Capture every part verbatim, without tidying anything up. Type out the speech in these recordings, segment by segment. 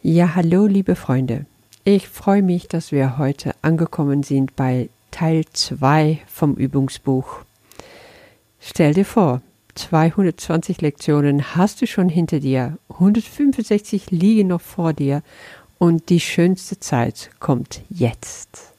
Ja, hallo liebe Freunde. Ich freue mich, dass wir heute angekommen sind bei Teil zwei vom Übungsbuch. Stell dir vor, zweihundertzwanzig Lektionen hast du schon hinter dir, hundertfünfundsechzig liegen noch vor dir und die schönste Zeit kommt jetzt.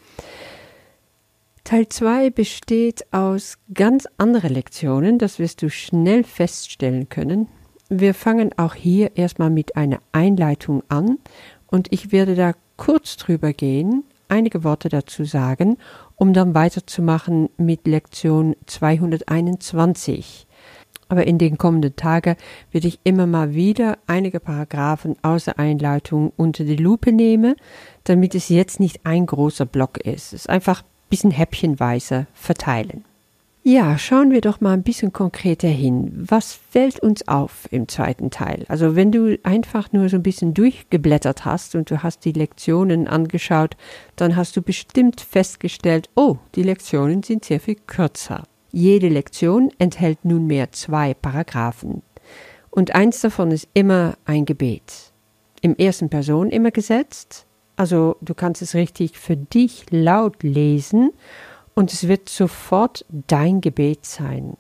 Teil zwei besteht aus ganz anderen Lektionen, das wirst du schnell feststellen können. Wir fangen auch hier erstmal mit einer Einleitung an und ich werde da kurz drüber gehen, einige Worte dazu sagen, um dann weiterzumachen mit Lektion zweihunderteinundzwanzig. Aber in den kommenden Tagen werde ich immer mal wieder einige Paragraphen aus der Einleitung unter die Lupe nehmen, damit es jetzt nicht ein großer Block ist. Es ist einfach ein bisschen häppchenweise verteilen. Ja, schauen wir doch mal ein bisschen konkreter hin. Was fällt uns auf im zweiten Teil? Also wenn du einfach nur so ein bisschen durchgeblättert hast und du hast die Lektionen angeschaut, dann hast du bestimmt festgestellt, oh, die Lektionen sind sehr viel kürzer. Jede Lektion enthält nunmehr zwei Paragraphen. Und eins davon ist immer ein Gebet. Im ersten Person immer gesetzt. Also du kannst es richtig für dich laut lesen. Und es wird sofort dein Gebet sein.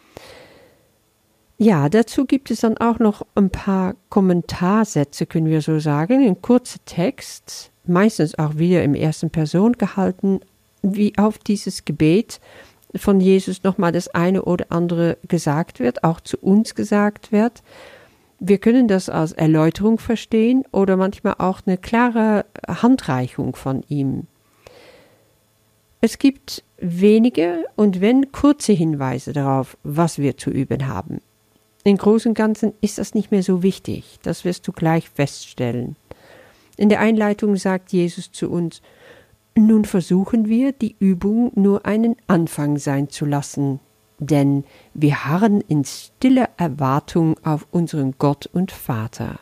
Ja, dazu gibt es dann auch noch ein paar Kommentarsätze, können wir so sagen, ein kurzer Text, meistens auch wieder im ersten Person gehalten, wie auf dieses Gebet von Jesus nochmal das eine oder andere gesagt wird, auch zu uns gesagt wird. Wir können das als Erläuterung verstehen oder manchmal auch eine klare Handreichung von ihm. Es gibt wenige und wenn kurze Hinweise darauf, was wir zu üben haben. Im Großen und Ganzen ist das nicht mehr so wichtig, das wirst du gleich feststellen. In der Einleitung sagt Jesus zu uns, nun versuchen wir, die Übung nur einen Anfang sein zu lassen, denn wir harren in stiller Erwartung auf unseren Gott und Vater.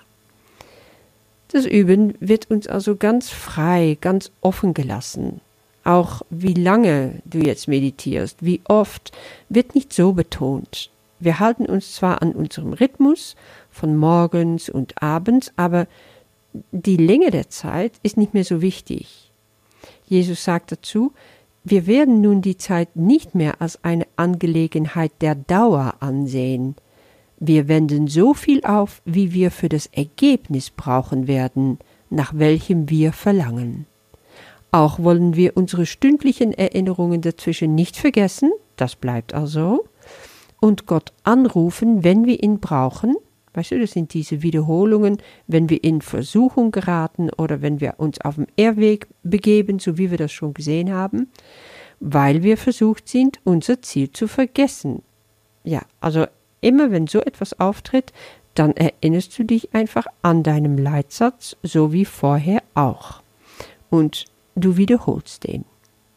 Das Üben wird uns also ganz frei, ganz offen gelassen. Auch wie lange du jetzt meditierst, wie oft, wird nicht so betont. Wir halten uns zwar an unserem Rhythmus von morgens und abends, aber die Länge der Zeit ist nicht mehr so wichtig. Jesus sagt dazu, wir werden nun die Zeit nicht mehr als eine Angelegenheit der Dauer ansehen. Wir wenden so viel auf, wie wir für das Ergebnis brauchen werden, nach welchem wir verlangen. Auch wollen wir unsere stündlichen Erinnerungen dazwischen nicht vergessen, das bleibt also, und Gott anrufen, wenn wir ihn brauchen. Weißt du, das sind diese Wiederholungen, wenn wir in Versuchung geraten oder wenn wir uns auf dem Irrweg begeben, so wie wir das schon gesehen haben, weil wir versucht sind, unser Ziel zu vergessen. Ja, also immer wenn so etwas auftritt, dann erinnerst du dich einfach an deinem Leitsatz, so wie vorher auch. Und du wiederholst den.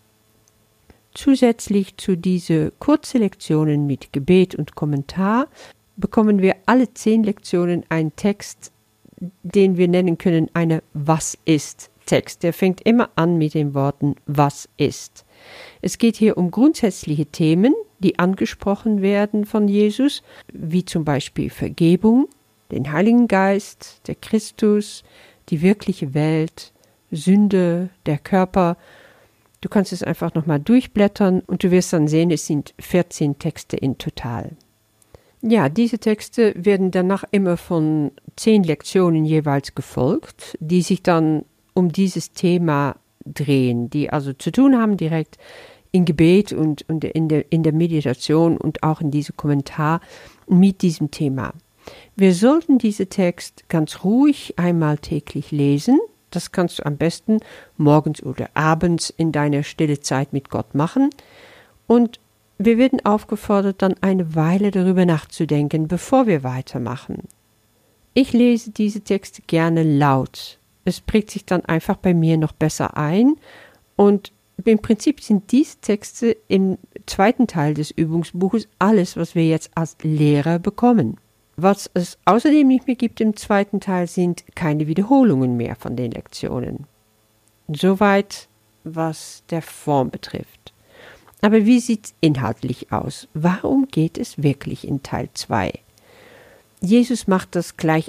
Zusätzlich zu diese kurzen Lektionen mit Gebet und Kommentar bekommen wir alle zehn Lektionen einen Text, den wir nennen können eine Was ist Text. Der fängt immer an mit den Worten Was ist. Es geht hier um grundsätzliche Themen, die angesprochen werden von Jesus, wie zum Beispiel Vergebung, den Heiligen Geist, der Christus, die wirkliche Welt, Sünde, der Körper. Du kannst es einfach nochmal durchblättern und du wirst dann sehen, es sind vierzehn Texte in total. Ja, diese Texte werden danach immer von zehn Lektionen jeweils gefolgt, die sich dann um dieses Thema drehen, die also zu tun haben direkt im Gebet und, und in, der, in der Meditation und auch in diesem Kommentar mit diesem Thema. Wir sollten diesen Text ganz ruhig einmal täglich lesen. Das kannst du am besten morgens oder abends in deiner stille Zeit mit Gott machen. Und wir werden aufgefordert, dann eine Weile darüber nachzudenken, bevor wir weitermachen. Ich lese diese Texte gerne laut. Es prägt sich dann einfach bei mir noch besser ein. Und im Prinzip sind diese Texte im zweiten Teil des Übungsbuches alles, was wir jetzt als Lehrer bekommen. Was es außerdem nicht mehr gibt im zweiten Teil, sind keine Wiederholungen mehr von den Lektionen. Soweit, was der Form betrifft. Aber wie sieht es inhaltlich aus? Warum geht es wirklich in Teil zwei? Jesus macht das gleich am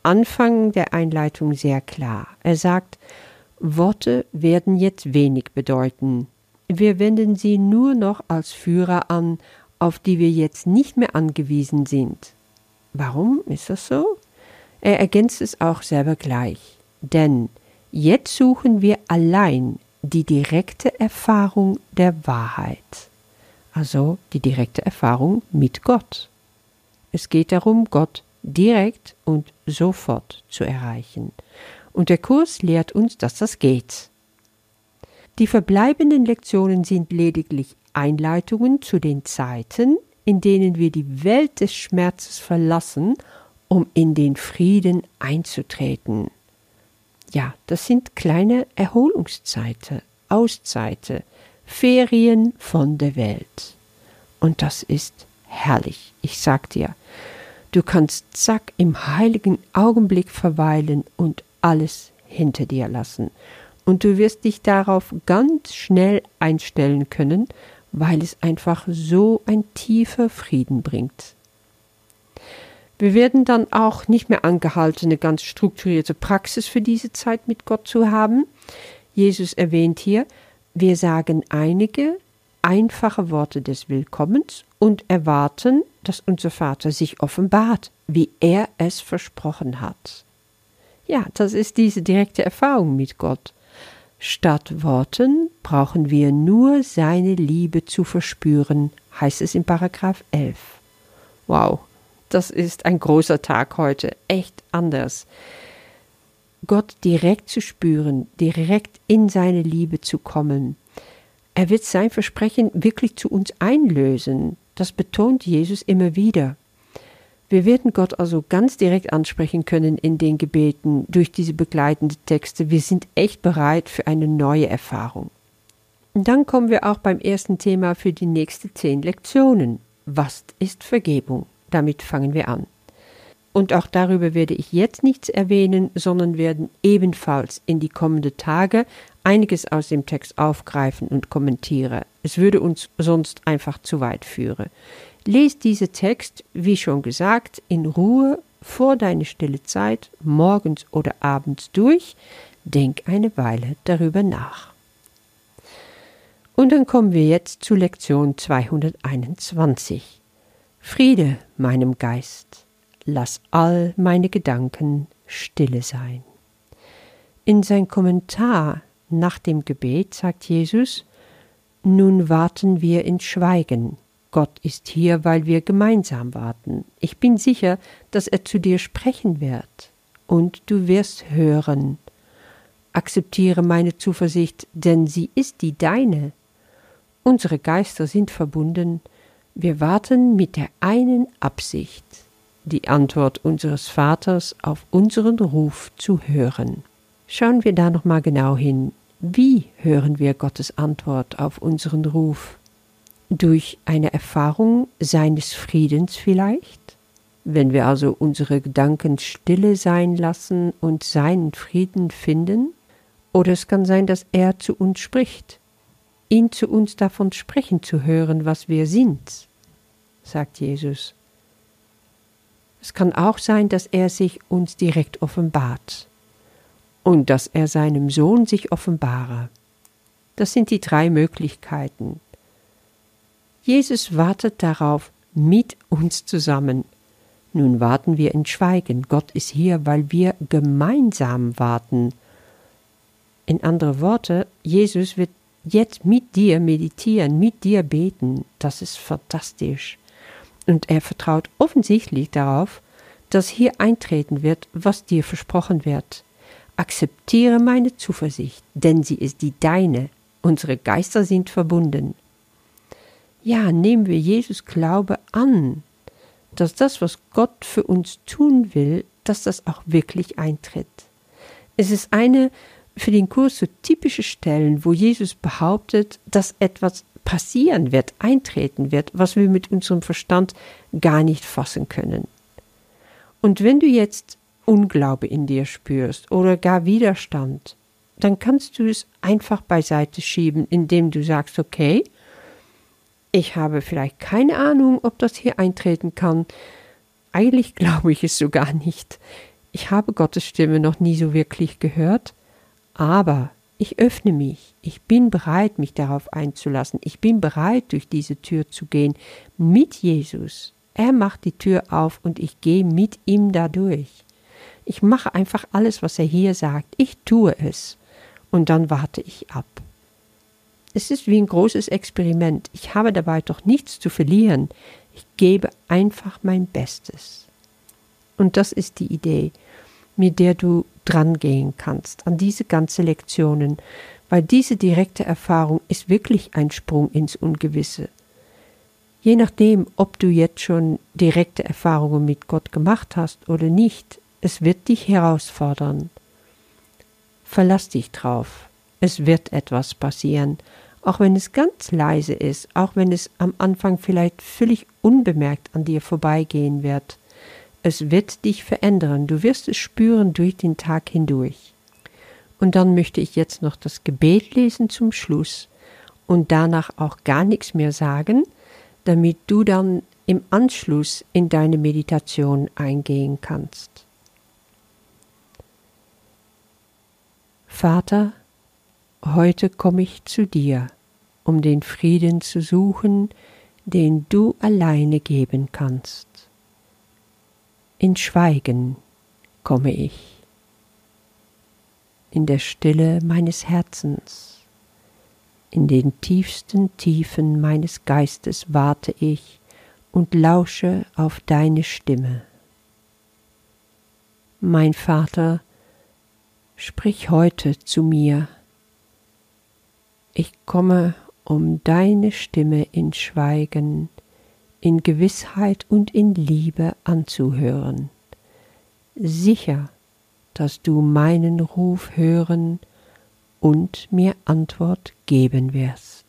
Anfang der Einleitung sehr klar. Er sagt, Worte werden jetzt wenig bedeuten. Wir wenden sie nur noch als Führer an, auf die wir jetzt nicht mehr angewiesen sind. Warum ist das so? Er ergänzt es auch selber gleich. Denn jetzt suchen wir allein die direkte Erfahrung der Wahrheit. Also die direkte Erfahrung mit Gott. Es geht darum, Gott direkt und sofort zu erreichen. Und der Kurs lehrt uns, dass das geht. Die verbleibenden Lektionen sind lediglich Einleitungen zu den Zeiten, in denen wir die Welt des Schmerzes verlassen, um in den Frieden einzutreten. Ja, das sind kleine Erholungszeiten, Auszeiten, Ferien von der Welt. Und das ist herrlich. Ich sag dir, du kannst zack im heiligen Augenblick verweilen und alles hinter dir lassen. Und du wirst dich darauf ganz schnell einstellen können, weil es einfach so ein tiefer Frieden bringt. Wir werden dann auch nicht mehr angehalten, eine ganz strukturierte Praxis für diese Zeit mit Gott zu haben. Jesus erwähnt hier, wir sagen einige einfache Worte des Willkommens und erwarten, dass unser Vater sich offenbart, wie er es versprochen hat. Ja, das ist diese direkte Erfahrung mit Gott. Statt Worten brauchen wir nur seine Liebe zu verspüren, heißt es in Paragraph elf. Wow, das ist ein großer Tag heute, echt anders. Gott direkt zu spüren, direkt in seine Liebe zu kommen. Er wird sein Versprechen wirklich zu uns einlösen. Das betont Jesus immer wieder. Wir werden Gott also ganz direkt ansprechen können in den Gebeten durch diese begleitenden Texte. Wir sind echt bereit für eine neue Erfahrung. Und dann kommen wir auch beim ersten Thema für die nächsten zehn Lektionen. Was ist Vergebung? Damit fangen wir an. Und auch darüber werde ich jetzt nichts erwähnen, sondern werden ebenfalls in die kommenden Tage einiges aus dem Text aufgreifen und kommentieren. Es würde uns sonst einfach zu weit führen. Lies diesen Text, wie schon gesagt, in Ruhe vor deiner stille Zeit, morgens oder abends durch. Denk eine Weile darüber nach. Und dann kommen wir jetzt zu Lektion zweihunderteinundzwanzig. Friede meinem Geist, lass all meine Gedanken stille sein. In sein Kommentar nach dem Gebet sagt Jesus, nun warten wir in Schweigen. Gott ist hier, weil wir gemeinsam warten. Ich bin sicher, dass er zu dir sprechen wird. Und du wirst hören. Akzeptiere meine Zuversicht, denn sie ist die deine. Unsere Geister sind verbunden. Wir warten mit der einen Absicht, die Antwort unseres Vaters auf unseren Ruf zu hören. Schauen wir da nochmal genau hin. Wie hören wir Gottes Antwort auf unseren Ruf? Durch eine Erfahrung seines Friedens vielleicht? Wenn wir also unsere Gedanken stille sein lassen und seinen Frieden finden? Oder es kann sein, dass er zu uns spricht, ihn zu uns davon sprechen zu hören, was wir sind, sagt Jesus. Es kann auch sein, dass er sich uns direkt offenbart und dass er seinem Sohn sich offenbare. Das sind die drei Möglichkeiten. Jesus wartet darauf mit uns zusammen. Nun warten wir in Schweigen. Gott ist hier, weil wir gemeinsam warten. In andere Worte, Jesus wird jetzt mit dir meditieren, mit dir beten. Das ist fantastisch. Und er vertraut offensichtlich darauf, dass hier eintreten wird, was dir versprochen wird. Akzeptiere meine Zuversicht, denn sie ist die deine. Unsere Geister sind verbunden. Ja, nehmen wir Jesus Glaube an, dass das, was Gott für uns tun will, dass das auch wirklich eintritt. Es ist eine für den Kurs so typische Stellen, wo Jesus behauptet, dass etwas passieren wird, eintreten wird, was wir mit unserem Verstand gar nicht fassen können. Und wenn du jetzt Unglaube in dir spürst oder gar Widerstand, dann kannst du es einfach beiseite schieben, indem du sagst, okay, ich habe vielleicht keine Ahnung, ob das hier eintreten kann. Eigentlich glaube ich es sogar nicht. Ich habe Gottes Stimme noch nie so wirklich gehört, aber ich öffne mich. Ich bin bereit, mich darauf einzulassen. Ich bin bereit, durch diese Tür zu gehen mit Jesus. Er macht die Tür auf und ich gehe mit ihm dadurch. Ich mache einfach alles, was er hier sagt. Ich tue es und dann warte ich ab. Es ist wie ein großes Experiment. Ich habe dabei doch nichts zu verlieren. Ich gebe einfach mein Bestes. Und das ist die Idee, mit der du dran gehen kannst an diese ganzen Lektionen, weil diese direkte Erfahrung ist wirklich ein Sprung ins Ungewisse. Je nachdem, ob du jetzt schon direkte Erfahrungen mit Gott gemacht hast oder nicht, es wird dich herausfordern. Verlass dich drauf. Es wird etwas passieren, auch wenn es ganz leise ist, auch wenn es am Anfang vielleicht völlig unbemerkt an dir vorbeigehen wird. Es wird dich verändern, du wirst es spüren durch den Tag hindurch. Und dann möchte ich jetzt noch das Gebet lesen zum Schluss und danach auch gar nichts mehr sagen, damit du dann im Anschluss in deine Meditation eingehen kannst. Vater, heute komme ich zu dir, um den Frieden zu suchen, den du alleine geben kannst. In Schweigen komme ich, in der Stille meines Herzens, in den tiefsten Tiefen meines Geistes warte ich und lausche auf deine Stimme. Mein Vater, sprich heute zu mir. Ich komme, um deine Stimme in Schweigen, in Gewissheit und in Liebe anzuhören, sicher, dass du meinen Ruf hören und mir Antwort geben wirst.